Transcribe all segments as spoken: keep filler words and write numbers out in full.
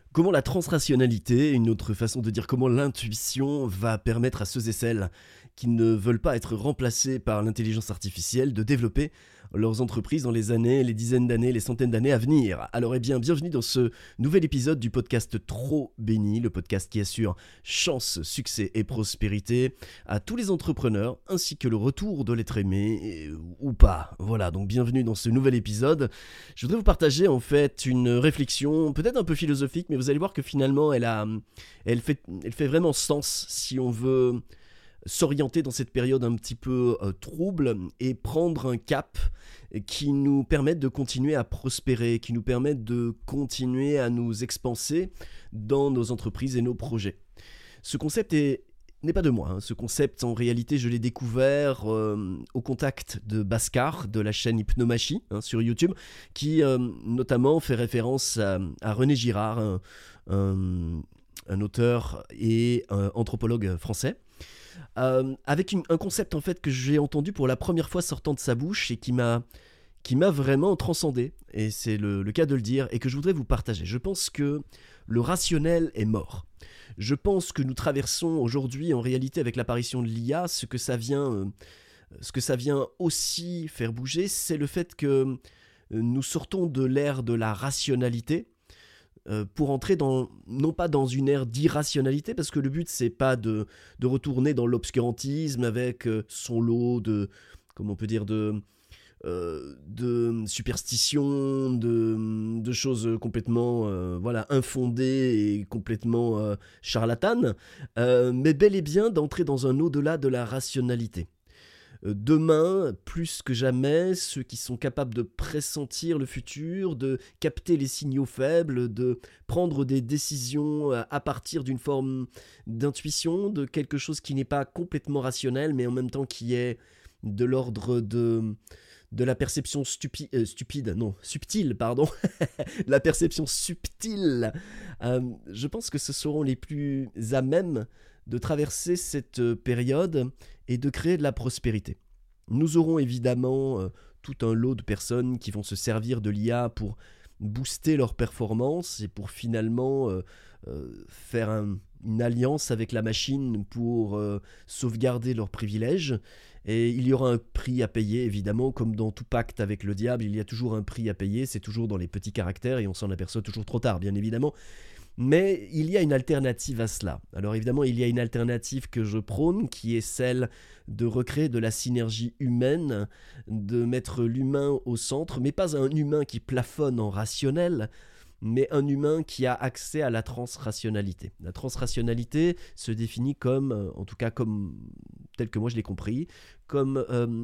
Comment la transrationalité, une autre façon de dire comment l'intuition va permettre à ceux et celles qui ne veulent pas être remplacés par l'intelligence artificielle de développer leurs entreprises dans les années, les dizaines d'années, les centaines d'années à venir. Alors eh bien, bienvenue dans ce nouvel épisode du podcast Trop Béni, le podcast qui assure chance, succès et prospérité à tous les entrepreneurs, ainsi que le retour de l'être aimé, et- ou pas. Voilà, donc bienvenue dans ce nouvel épisode. Je voudrais vous partager en fait une réflexion, peut-être un peu philosophique, mais vous allez voir que finalement elle, a, elle, fait, elle fait vraiment sens si on veut s'orienter dans cette période un petit peu euh, trouble et prendre un cap qui nous permette de continuer à prospérer, qui nous permette de continuer à nous expanser dans nos entreprises et nos projets. Ce concept est, n'est pas de moi, hein. Ce concept en réalité je l'ai découvert euh, au contact de Bhaskar de la chaîne Hypnomachie hein, sur YouTube, qui euh, notamment fait référence à, à René Girard, un, un, un auteur et un anthropologue français. Euh, avec une- un concept en fait que j'ai entendu pour la première fois sortant de sa bouche et qui m'a, qui m'a vraiment transcendé, et c'est le, le cas de le dire, et que je voudrais vous partager. Je pense que le rationnel est mort. Je pense que nous traversons aujourd'hui en réalité avec l'apparition de l'I A, ce que ça vient, euh, ce que ça vient aussi faire bouger, c'est le fait que euh, nous sortons de l'ère de la rationalité, euh, pour entrer dans, non pas dans une ère d'irrationalité, parce que le but c'est pas de, de retourner dans l'obscurantisme avec euh, son lot de, comment on peut dire, de, euh, de superstitions, de, de choses complètement euh, voilà, infondées et complètement euh, charlatanes, euh, mais bel et bien d'entrer dans un au-delà de la rationalité. Euh, Demain, plus que jamais, ceux qui sont capables de pressentir le futur, de capter les signaux faibles, de prendre des décisions euh, à partir d'une forme d'intuition, de quelque chose qui n'est pas complètement rationnel, mais en même temps qui est de l'ordre de, de la perception stupi- euh, stupide, non, subtile, pardon, la perception subtile. Euh, je pense que ce seront les plus à même de traverser cette euh, période et de créer de la prospérité. Nous aurons évidemment euh, tout un lot de personnes qui vont se servir de l'I A pour booster leur performance et pour finalement euh, euh, faire un- une alliance avec la machine pour euh, sauvegarder leurs privilèges. Et il y aura un prix à payer, évidemment, comme dans tout pacte avec le diable, il y a toujours un prix à payer, c'est toujours dans les petits caractères et on s'en aperçoit toujours trop tard, bien évidemment. Mais il y a une alternative à cela. Alors évidemment, il y a une alternative que je prône, qui est celle de recréer de la synergie humaine, de mettre l'humain au centre, mais pas un humain qui plafonne en rationnel, mais un humain qui a accès à la transrationalité. La transrationalité se définit comme, euh, en tout cas comme tel que moi je l'ai compris, comme euh,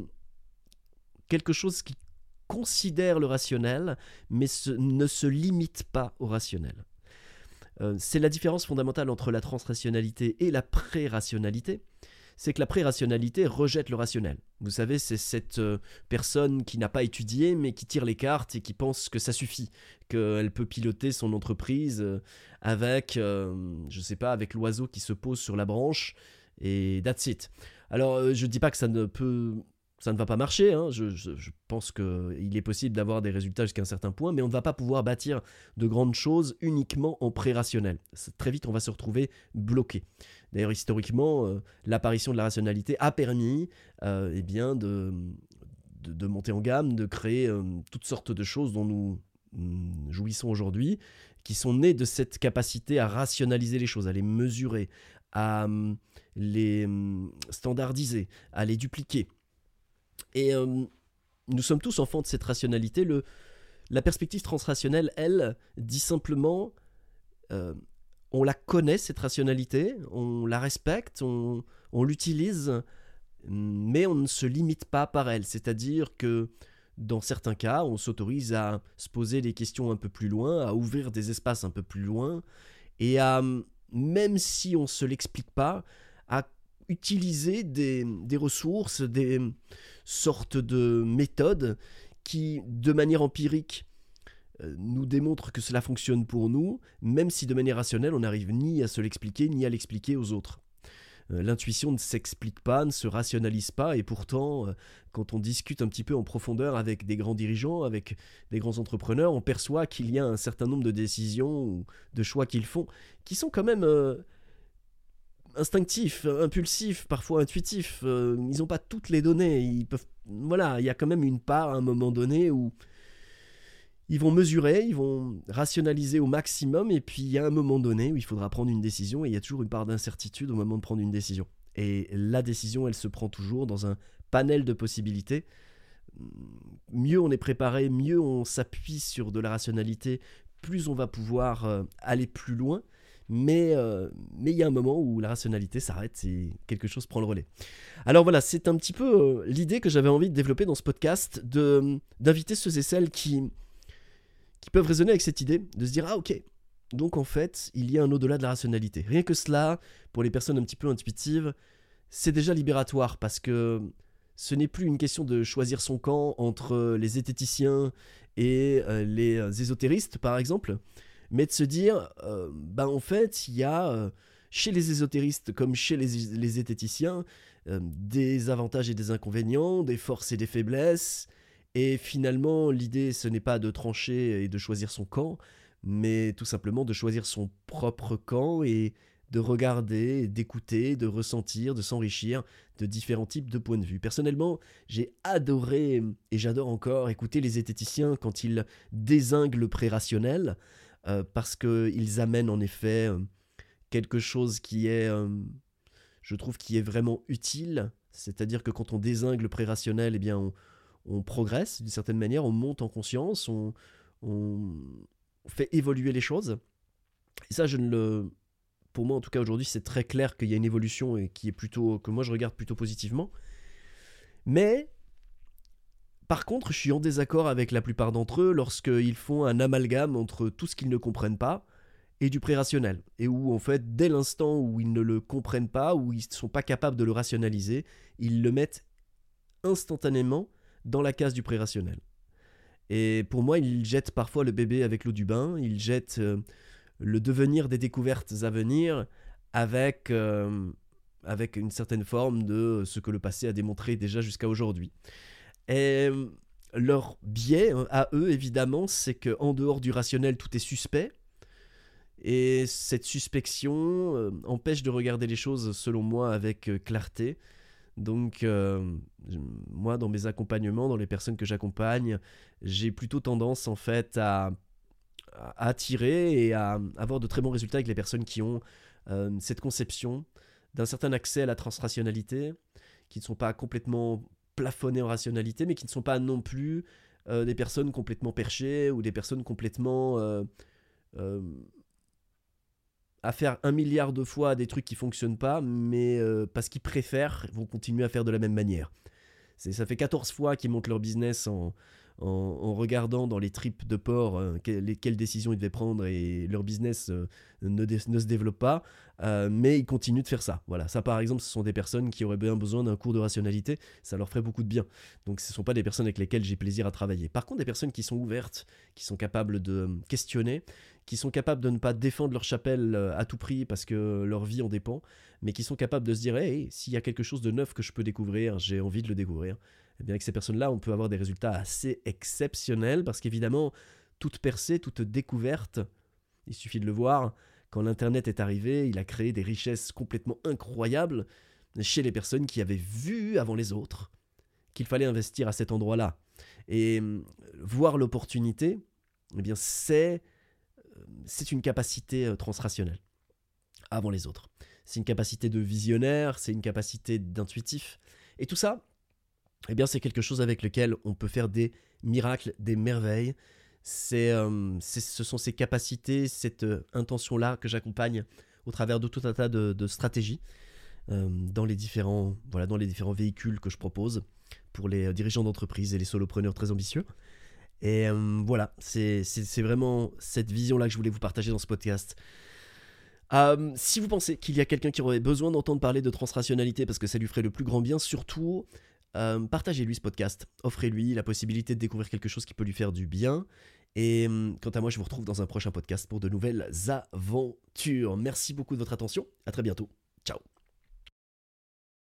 quelque chose qui considère le rationnel, mais ce- ne se limite pas au rationnel. Euh, c'est la différence fondamentale entre la transrationalité et la pré-rationalité. C'est que la pré-rationalité rejette le rationnel. Vous savez, c'est cette euh, personne qui n'a pas étudié, mais qui tire les cartes et qui pense que ça suffit, qu'elle peut piloter son entreprise euh, avec, euh, je sais pas, avec l'oiseau qui se pose sur la branche, et that's it. Alors, euh, je dis pas que ça ne peut... Ça ne va pas marcher, hein. je, je, je pense qu'il est possible d'avoir des résultats jusqu'à un certain point, mais on ne va pas pouvoir bâtir de grandes choses uniquement en pré-rationnel. C'est- Très vite, on va se retrouver bloqué. D'ailleurs, historiquement, euh, l'apparition de la rationalité a permis euh, eh bien, de, de, de monter en gamme, de créer euh, toutes sortes de choses dont nous mm, jouissons aujourd'hui, qui sont nées de cette capacité à rationaliser les choses, à les mesurer, à mm, les mm, standardiser, à les dupliquer. Et euh, nous sommes tous enfants de cette rationalité. Le, la perspective transrationnelle, elle, dit simplement, euh, on la connaît, cette rationalité, on la respecte, on, on l'utilise, mais on ne se limite pas par elle. C'est-à-dire que dans certains cas, on s'autorise à se poser des questions un peu plus loin, à ouvrir des espaces un peu plus loin, et à, même si on ne se l'explique pas, à utiliser des, des ressources, des sortes de méthodes qui, de manière empirique, euh, nous démontrent que cela fonctionne pour nous, même si de manière rationnelle, on n'arrive ni à se l'expliquer, ni à l'expliquer aux autres. Euh, l'intuition ne s'explique pas, ne se rationalise pas, et pourtant, euh, quand on discute un petit peu en profondeur avec des grands dirigeants, avec des grands entrepreneurs, on perçoit qu'il y a un certain nombre de décisions ou de choix qu'ils font qui sont quand même euh, instinctifs, impulsifs, parfois intuitifs. Euh, ils n'ont pas toutes les données. Ils peuvent, voilà, il y a quand même une part à un moment donné où ils vont mesurer, ils vont rationaliser au maximum, et puis il y a un moment donné où il faudra prendre une décision, et il y a toujours une part d'incertitude au moment de prendre une décision. Et la décision, elle se prend toujours dans un panel de possibilités. Mieux on est préparé, mieux on s'appuie sur de la rationalité, plus on va pouvoir euh, aller plus loin. Mais euh, mais il y a un moment où la rationalité s'arrête et quelque chose prend le relais. Alors voilà, c'est un petit peu euh, l'idée que j'avais envie de développer dans ce podcast, de, d'inviter ceux et celles qui, qui peuvent raisonner avec cette idée, de se dire « Ah ok, donc en fait, il y a un au-delà de la rationalité ». Rien que cela, pour les personnes un petit peu intuitives, c'est déjà libératoire, parce que ce n'est plus une question de choisir son camp entre les zététiciens et euh, les ésotéristes, par exemple, mais de se dire, euh, ben en fait, il y a euh, chez les ésotéristes comme chez les, les zététiciens euh, des avantages et des inconvénients, des forces et des faiblesses, et finalement, l'idée, ce n'est pas de trancher et de choisir son camp, mais tout simplement de choisir son propre camp et de regarder, d'écouter, de ressentir, de s'enrichir de différents types de points de vue. Personnellement, j'ai adoré, et j'adore encore, écouter les zététiciens quand ils dézinguent le pré-rationnel, Euh, parce qu'ils amènent en effet euh, quelque chose qui est, euh, je trouve, qui est vraiment utile. C'est-à-dire que quand on dézingue le pré-rationnel, eh bien, on, on progresse d'une certaine manière, on monte en conscience, on, on fait évoluer les choses. Et ça, je ne le... Pour moi, en tout cas, aujourd'hui, c'est très clair qu'il y a une évolution et qui est plutôt, que moi, je regarde plutôt positivement. Mais... Par contre, je suis en désaccord avec la plupart d'entre eux lorsqu'ils font un amalgame entre tout ce qu'ils ne comprennent pas et du pré-rationnel. Et où, en fait, dès l'instant où ils ne le comprennent pas, où ils ne sont pas capables de le rationaliser, ils le mettent instantanément dans la case du pré-rationnel. Et pour moi, ils jettent parfois le bébé avec l'eau du bain, ils jettent euh, le devenir des découvertes à venir avec, euh, avec une certaine forme de ce que le passé a démontré déjà jusqu'à aujourd'hui. Et leur biais, à eux, évidemment, c'est qu'en dehors du rationnel, tout est suspect. Et cette suspicion euh, empêche de regarder les choses, selon moi, avec euh, clarté. Donc, euh, moi, dans mes accompagnements, dans les personnes que j'accompagne, j'ai plutôt tendance, en fait, à, à attirer et à avoir de très bons résultats avec les personnes qui ont euh, cette conception d'un certain accès à la transrationalité, qui ne sont pas complètement plafonnés en rationalité, mais qui ne sont pas non plus euh, des personnes complètement perchées ou des personnes complètement euh, euh, à faire un milliard de fois des trucs qui fonctionnent pas, mais euh, parce qu'ils préfèrent, vont continuer à faire de la même manière. C'est, ça fait quatorze fois qu'ils montent leur business en, en, en regardant dans les tripes de porc euh, quelles, quelles décisions ils devaient prendre, et leur business euh, ne, dé, ne se développe pas, euh, mais ils continuent de faire ça. Voilà, ça par exemple, ce sont des personnes qui auraient bien besoin d'un cours de rationalité, ça leur ferait beaucoup de bien. Donc ce ne sont pas des personnes avec lesquelles j'ai plaisir à travailler. Par contre, des personnes qui sont ouvertes, qui sont capables de questionner, qui sont capables de ne pas défendre leur chapelle à tout prix parce que leur vie en dépend, mais qui sont capables de se dire hey, s'il y a quelque chose de neuf que je peux découvrir, j'ai envie de le découvrir. Eh bien, avec ces personnes-là, on peut avoir des résultats assez exceptionnels, parce qu'évidemment, toute percée, toute découverte, il suffit de le voir, quand l'Internet est arrivé, il a créé des richesses complètement incroyables chez les personnes qui avaient vu avant les autres qu'il fallait investir à cet endroit-là. Et voir l'opportunité, eh bien, c'est, c'est une capacité transrationnelle avant les autres. C'est une capacité de visionnaire, c'est une capacité d'intuitif. Et tout ça, eh bien, c'est quelque chose avec lequel on peut faire des miracles, des merveilles. C'est, euh, c'est, ce sont ces capacités, cette euh, intention-là que j'accompagne au travers de tout un tas de, de stratégies euh, dans, les différents, voilà, dans les différents véhicules que je propose pour les dirigeants d'entreprise et les solopreneurs très ambitieux. Et euh, voilà, c'est, c'est, c'est vraiment cette vision-là que je voulais vous partager dans ce podcast. Euh, si vous pensez qu'il y a quelqu'un qui aurait besoin d'entendre parler de transrationalité parce que ça lui ferait le plus grand bien, surtout... Euh, partagez-lui ce podcast, offrez-lui la possibilité de découvrir quelque chose qui peut lui faire du bien. Et euh, quant à moi, je vous retrouve dans un prochain podcast pour de nouvelles aventures. Merci beaucoup de votre attention, à très bientôt, ciao.